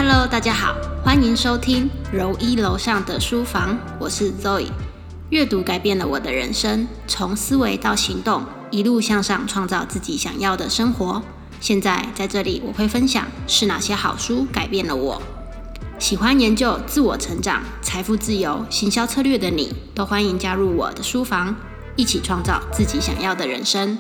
Hello， 大家好，欢迎收听柔一楼上的书房，我是 Zoe。阅读改变了我的人生，从思维到行动，一路向上，创造自己想要的生活。现在在这里，我会分享是哪些好书改变了我。喜欢研究自我成长、财富自由、行销策略的你，都欢迎加入我的书房，一起创造自己想要的人生。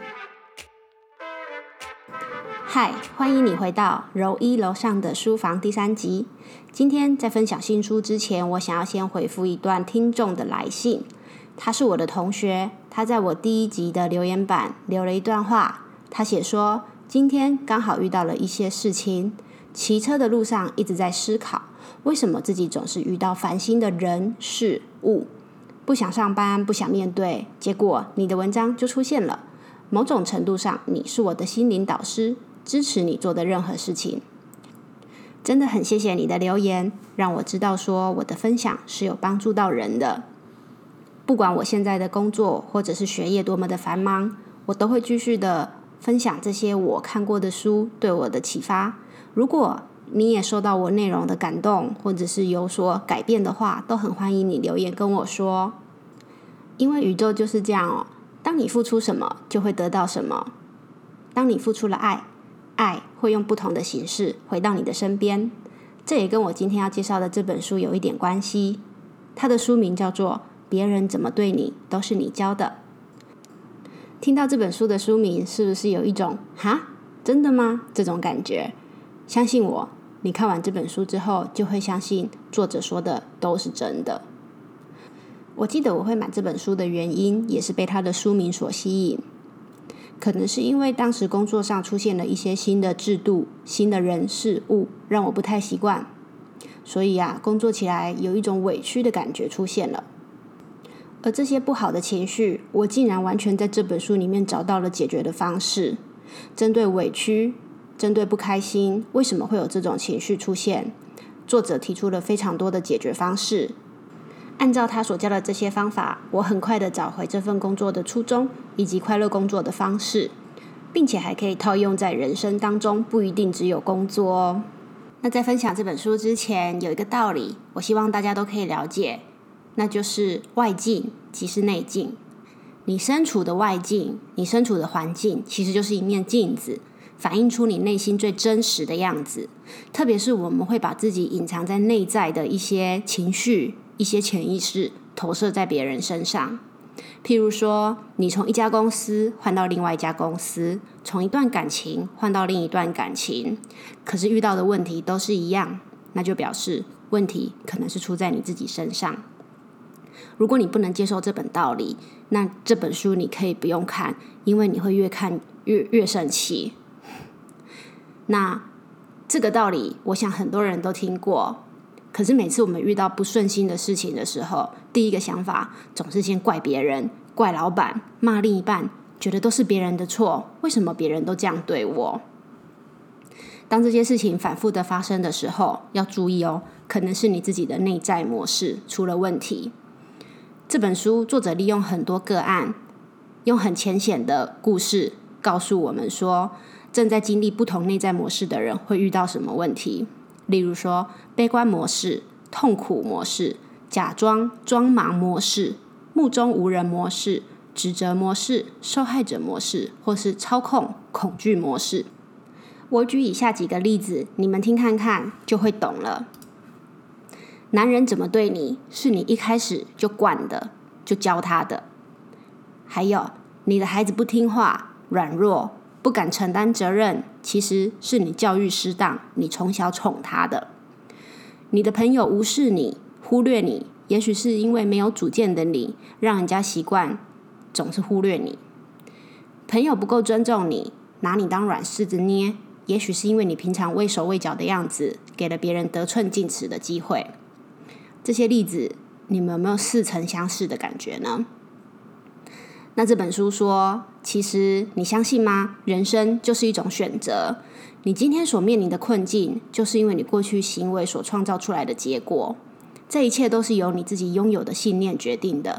嗨，欢迎你回到柔一楼上的书房第3集。今天在分享新书之前，我想要先回复一段听众的来信。他是我的同学，他在我第1集的留言板留了一段话。他写说，今天刚好遇到了一些事情，骑车的路上一直在思考，为什么自己总是遇到烦心的人事物，不想上班，不想面对，结果你的文章就出现了。某种程度上，你是我的心灵导师，支持你做的任何事情。真的很谢谢你的留言，让我知道说我的分享是有帮助到人的。不管我现在的工作或者是学业多么的繁忙，我都会继续的分享这些我看过的书对我的启发。如果你也受到我内容的感动，或者是有所改变的话，都很欢迎你留言跟我说。因为宇宙就是这样哦，当你付出什么，就会得到什么。当你付出了爱，爱会用不同的形式回到你的身边。这也跟我今天要介绍的这本书有一点关系。它的书名叫做《别人怎么对你，都是你教的》。听到这本书的书名，是不是有一种哈，真的吗？这种感觉。相信我，你看完这本书之后，就会相信作者说的都是真的。我记得我会买这本书的原因，也是被它的书名所吸引。可能是因为当时工作上出现了一些新的制度、新的人事物，让我不太习惯，所以工作起来有一种委屈的感觉出现了。而这些不好的情绪，我竟然完全在这本书里面找到了解决的方式。针对委屈，针对不开心，为什么会有这种情绪出现？作者提出了非常多的解决方式。按照他所教的这些方法，我很快的找回这份工作的初衷，以及快乐工作的方式，并且还可以套用在人生当中，不一定只有工作哦。那在分享这本书之前，有一个道理，我希望大家都可以了解，那就是外境即是内境。你身处的外境，你身处的环境，其实就是一面镜子，反映出你内心最真实的样子。特别是我们会把自己隐藏在内在的一些情绪、一些潜意识投射在别人身上。譬如说，你从一家公司换到另外一家公司，从一段感情换到另一段感情，可是遇到的问题都是一样，那就表示问题可能是出在你自己身上。如果你不能接受这本道理，那这本书你可以不用看，因为你会越看越生气。那这个道理，我想很多人都听过。可是每次我们遇到不顺心的事情的时候，第一个想法总是先怪别人，怪老板，骂另一半，觉得都是别人的错，为什么别人都这样对我？当这些事情反复的发生的时候，要注意哦，可能是你自己的内在模式出了问题。这本书作者利用很多个案，用很浅显的故事告诉我们说，正在经历不同内在模式的人会遇到什么问题。例如说，悲观模式、痛苦模式、假装装忙模式、目中无人模式、指责模式、受害者模式，或是操控恐惧模式。我举以下几个例子，你们听看看就会懂了。男人怎么对你，是你一开始就惯的，就教他的。还有，你的孩子不听话、软弱、不敢承担责任，其实是你教育失当，你从小宠他的。你的朋友无视你、忽略你，也许是因为没有主见的你，让人家习惯总是忽略你。朋友不够尊重你，拿你当软柿子捏，也许是因为你平常畏手畏脚的样子，给了别人得寸进尺的机会。这些例子，你们有没有似曾相识的感觉呢？那这本书说，其实你相信吗？人生就是一种选择。你今天所面临的困境，就是因为你过去行为所创造出来的结果。这一切都是由你自己拥有的信念决定的。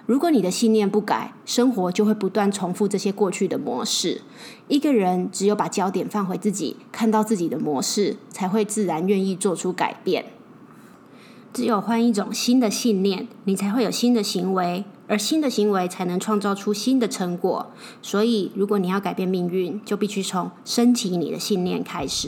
如果你的信念不改，生活就会不断重复这些过去的模式。一个人只有把焦点放回自己，看到自己的模式，才会自然愿意做出改变。只有换一种新的信念，你才会有新的行为，而新的行为才能创造出新的成果。所以，如果你要改变命运，就必须从升级你的信念开始。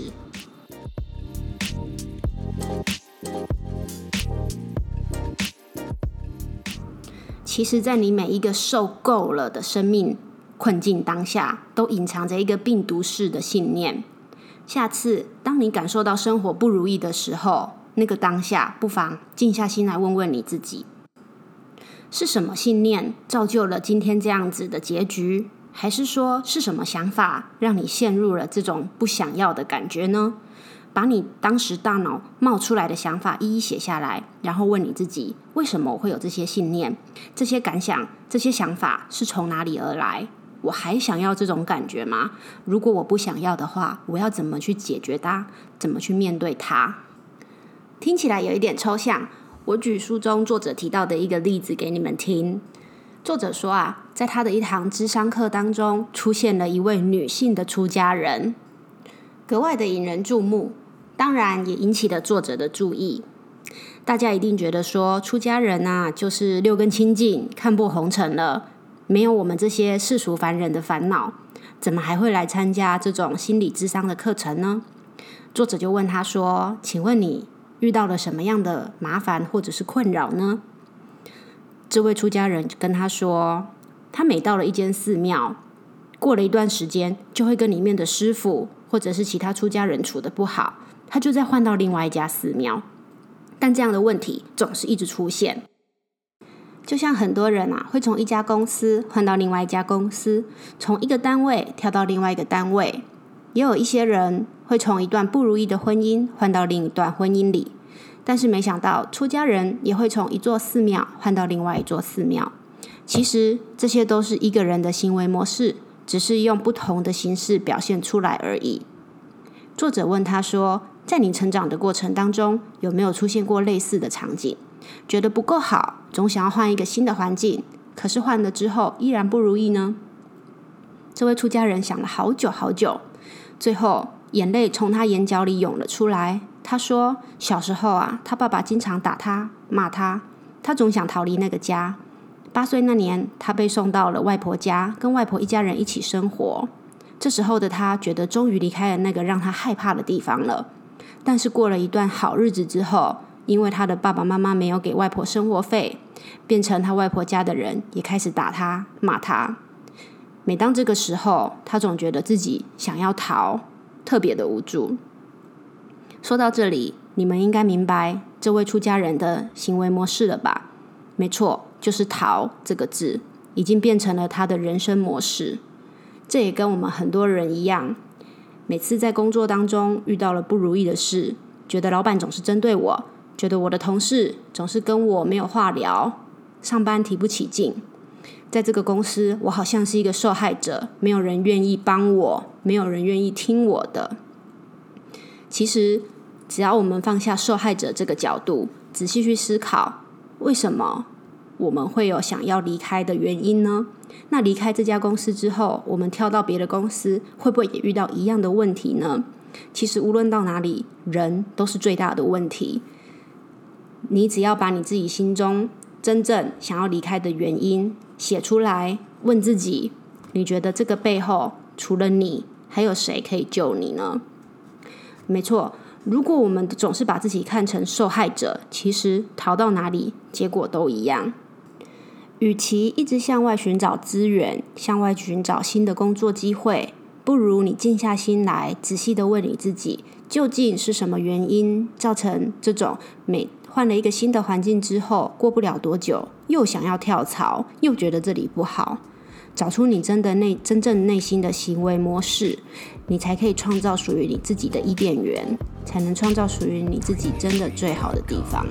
其实在你每一个受够了的生命困境当下，都隐藏着一个病毒式的信念。下次当你感受到生活不如意的时候，那个当下不妨静下心来问问你自己，是什么信念造就了今天这样子的结局？还是说是什么想法让你陷入了这种不想要的感觉呢？把你当时大脑冒出来的想法一一写下来，然后问你自己，为什么我会有这些信念？这些感想、这些想法是从哪里而来？我还想要这种感觉吗？如果我不想要的话，我要怎么去解决它？怎么去面对它？听起来有一点抽象，我举书中作者提到的一个例子给你们听。作者说在他的一堂諮商课当中，出现了一位女性的出家人，格外的引人注目，当然也引起了作者的注意。大家一定觉得说，出家人就是六根清净，看破红尘了，没有我们这些世俗凡人的烦恼，怎么还会来参加这种心理諮商的课程呢？作者就问他说，请问你遇到了什么样的麻烦或者是困扰呢？这位出家人跟他说，他每到了一间寺庙，过了一段时间就会跟里面的师父或者是其他出家人处得不好，他就再换到另外一家寺庙，但这样的问题总是一直出现。就像很多人会从一家公司换到另外一家公司，从一个单位跳到另外一个单位，也有一些人会从一段不如意的婚姻换到另一段婚姻里，但是没想到出家人也会从一座寺庙换到另外一座寺庙。其实这些都是一个人的行为模式，只是用不同的形式表现出来而已。作者问他说，在你成长的过程当中，有没有出现过类似的场景？觉得不够好，总想要换一个新的环境，可是换了之后依然不如意呢？这位出家人想了好久好久，最后眼泪从他眼角里涌了出来。他说，小时候他爸爸经常打他骂他，他总想逃离那个家。8岁那年，他被送到了外婆家，跟外婆一家人一起生活。这时候的他觉得终于离开了那个让他害怕的地方了。但是过了一段好日子之后，因为他的爸爸妈妈没有给外婆生活费，变成他外婆家的人也开始打他骂他。每当这个时候，他总觉得自己想要逃，特别的无助。说到这里，你们应该明白这位出家人的行为模式了吧？没错，就是逃这个字，已经变成了他的人生模式。这也跟我们很多人一样，每次在工作当中遇到了不如意的事，觉得老板总是针对我，觉得我的同事总是跟我没有话聊，上班提不起劲。在这个公司，我好像是一个受害者，没有人愿意帮我，没有人愿意听我的。其实只要我们放下受害者这个角度，仔细去思考，为什么我们会有想要离开的原因呢？那离开这家公司之后，我们跳到别的公司，会不会也遇到一样的问题呢？其实无论到哪里，人都是最大的问题。你只要把你自己心中真正想要离开的原因写出来，问自己，你觉得这个背后除了你，还有谁可以救你呢？没错，如果我们总是把自己看成受害者，其实逃到哪里，结果都一样。与其一直向外寻找资源，向外寻找新的工作机会，不如你静下心来，仔细的问你自己，究竟是什么原因造成这种每换了一个新的环境之后，过不了多久，又想要跳槽，又觉得这里不好。找出你真正内心的行为模式，你才可以创造属于你自己的伊甸园，才能创造属于你自己真的最好的地方。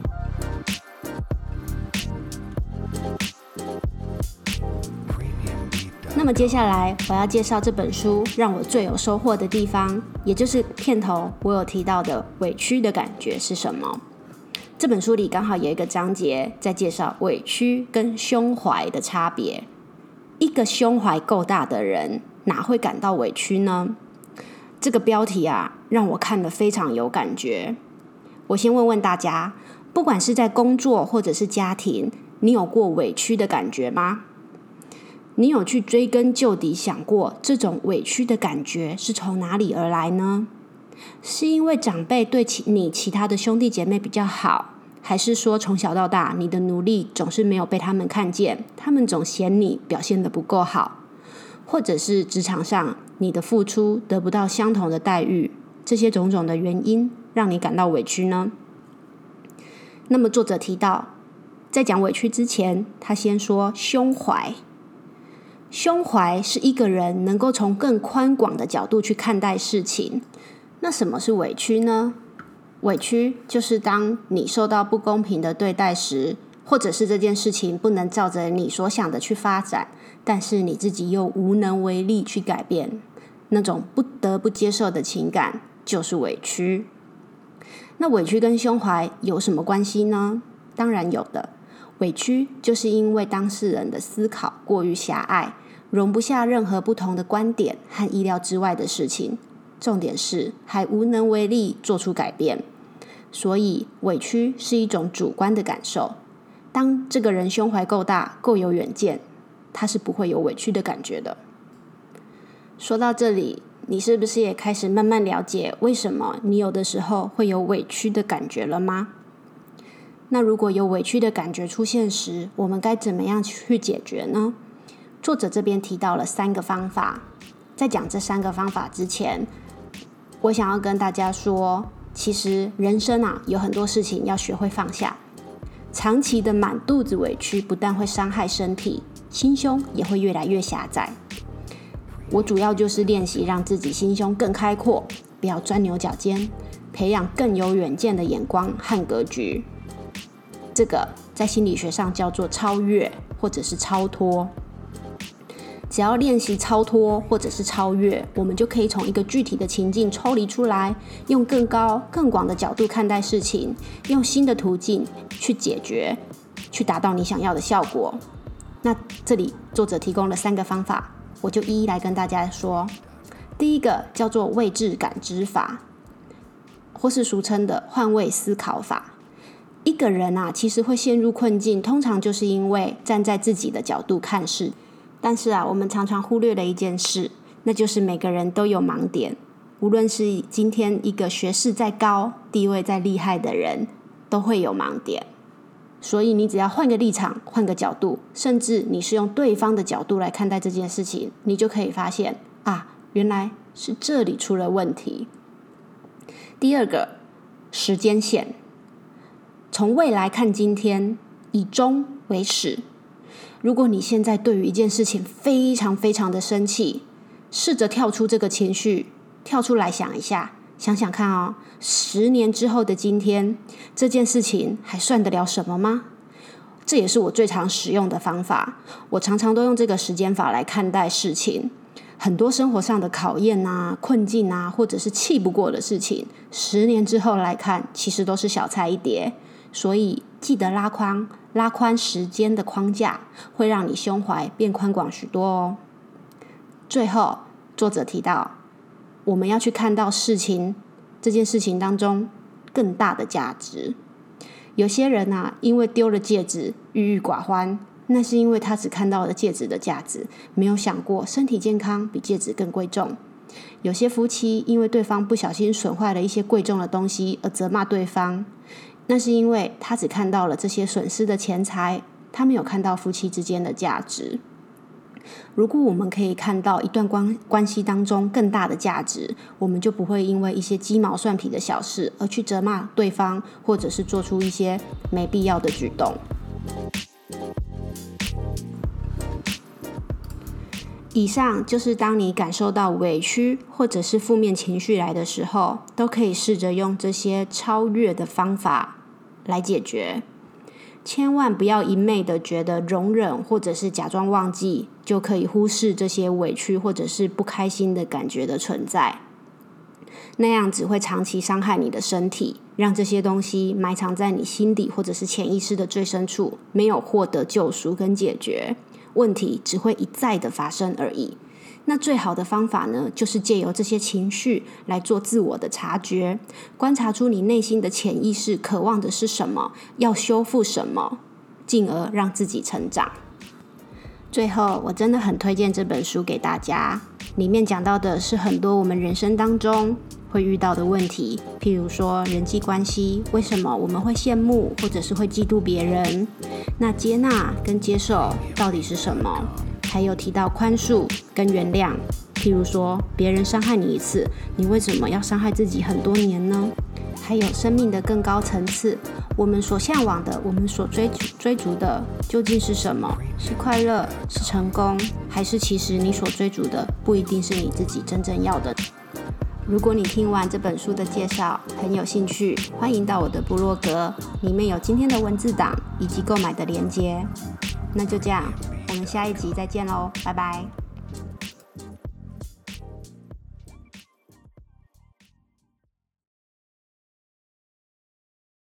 那那么接下来我要介绍这本书让我最有收获的地方，也就是片头我有提到的委屈的感觉是什么。这本书里刚好有一个章节在介绍委屈跟胸怀的差别。一个胸怀够大的人哪会感到委屈呢？这个标题让我看了非常有感觉。我先问问大家，不管是在工作或者是家庭，你有过委屈的感觉吗？你有去追根究底想过这种委屈的感觉是从哪里而来呢？是因为长辈对你其他的兄弟姐妹比较好，还是说从小到大你的努力总是没有被他们看见，他们总嫌你表现得不够好，或者是职场上你的付出得不到相同的待遇，这些种种的原因让你感到委屈呢？那么作者提到，在讲委屈之前，他先说胸怀。胸怀是一个人能够从更宽广的角度去看待事情。那什么是委屈呢？委屈就是当你受到不公平的对待时，或者是这件事情不能照着你所想的去发展，但是你自己又无能为力去改变，那种不得不接受的情感就是委屈。那委屈跟胸怀有什么关系呢？当然有的。委屈就是因为当事人的思考过于狭隘，容不下任何不同的观点和意料之外的事情，重点是还无能为力做出改变。所以委屈是一种主观的感受。当这个人胸怀够大，够有远见，他是不会有委屈的感觉的。说到这里，你是不是也开始慢慢了解为什么你有的时候会有委屈的感觉了吗？那如果有委屈的感觉出现时，我们该怎么样去解决呢？作者这边提到了3个方法。在讲这3个方法之前，我想要跟大家说，其实人生有很多事情要学会放下。长期的满肚子委屈不但会伤害身体，心胸也会越来越狭窄。我主要就是练习让自己心胸更开阔，不要钻牛角尖，培养更有远见的眼光和格局。这个在心理学上叫做超越或者是超脱。只要练习超脱或者是超越，我们就可以从一个具体的情境抽离出来，用更高更广的角度看待事情，用新的途径去解决，去达到你想要的效果。那这里作者提供了3个方法，我就一一来跟大家说。第一个叫做位置感知法，或是俗称的换位思考法。一个人其实会陷入困境，通常就是因为站在自己的角度看事。但是我们常常忽略了一件事，那就是每个人都有盲点。无论是今天一个学识再高、地位再厉害的人，都会有盲点。所以你只要换个立场、换个角度，甚至你是用对方的角度来看待这件事情，你就可以发现原来是这里出了问题。第二个，时间线。从未来看今天，以终为始。如果你现在对于一件事情非常非常的生气，试着跳出这个情绪，跳出来想一下，想想看10年之后的今天，这件事情还算得了什么吗？这也是我最常使用的方法。我常常都用这个时间法来看待事情。很多生活上的考验困境或者是气不过的事情，10年之后来看，其实都是小菜一碟。所以记得拉宽时间的框架，会让你胸怀变宽广许多哦。最后，作者提到，我们要去看到这件事情当中更大的价值。有些人因为丢了戒指郁郁寡欢，那是因为他只看到了戒指的价值，没有想过身体健康比戒指更贵重。有些夫妻因为对方不小心损坏了一些贵重的东西而责骂对方，那是因为他只看到了这些损失的钱财，他没有看到夫妻之间的价值。如果我们可以看到一段关系当中更大的价值，我们就不会因为一些鸡毛蒜皮的小事而去责骂对方，或者是做出一些没必要的举动。以上就是当你感受到委屈或者是负面情绪来的时候，都可以试着用这些超越的方法来解决。 千万不要一昧的觉得容忍或者是假装忘记就可以忽视这些委屈或者是不开心的感觉的存在，那样只会长期伤害你的身体，让这些东西埋藏在你心底或者是潜意识的最深处，没有获得救赎跟解决，问题只会一再的发生而已。那最好的方法呢，就是借由这些情绪来做自我的察觉，观察出你内心的潜意识渴望的是什么，要修复什么，进而让自己成长。最后，我真的很推荐这本书给大家，里面讲到的是很多我们人生当中会遇到的问题，譬如说人际关系，为什么我们会羡慕或者是会嫉妒别人，那接纳跟接受到底是什么，还有提到宽恕跟原谅，譬如说别人伤害你一次，你为什么要伤害自己很多年呢？还有生命的更高层次，我们所向往的，我们所追逐的究竟是什么？是快乐，是成功，还是其实你所追逐的不一定是你自己真正要的？如果你听完这本书的介绍很有兴趣，欢迎到我的部落格，里面有今天的文字档以及购买的连结。那就这样，我们下一集再见咯，拜拜。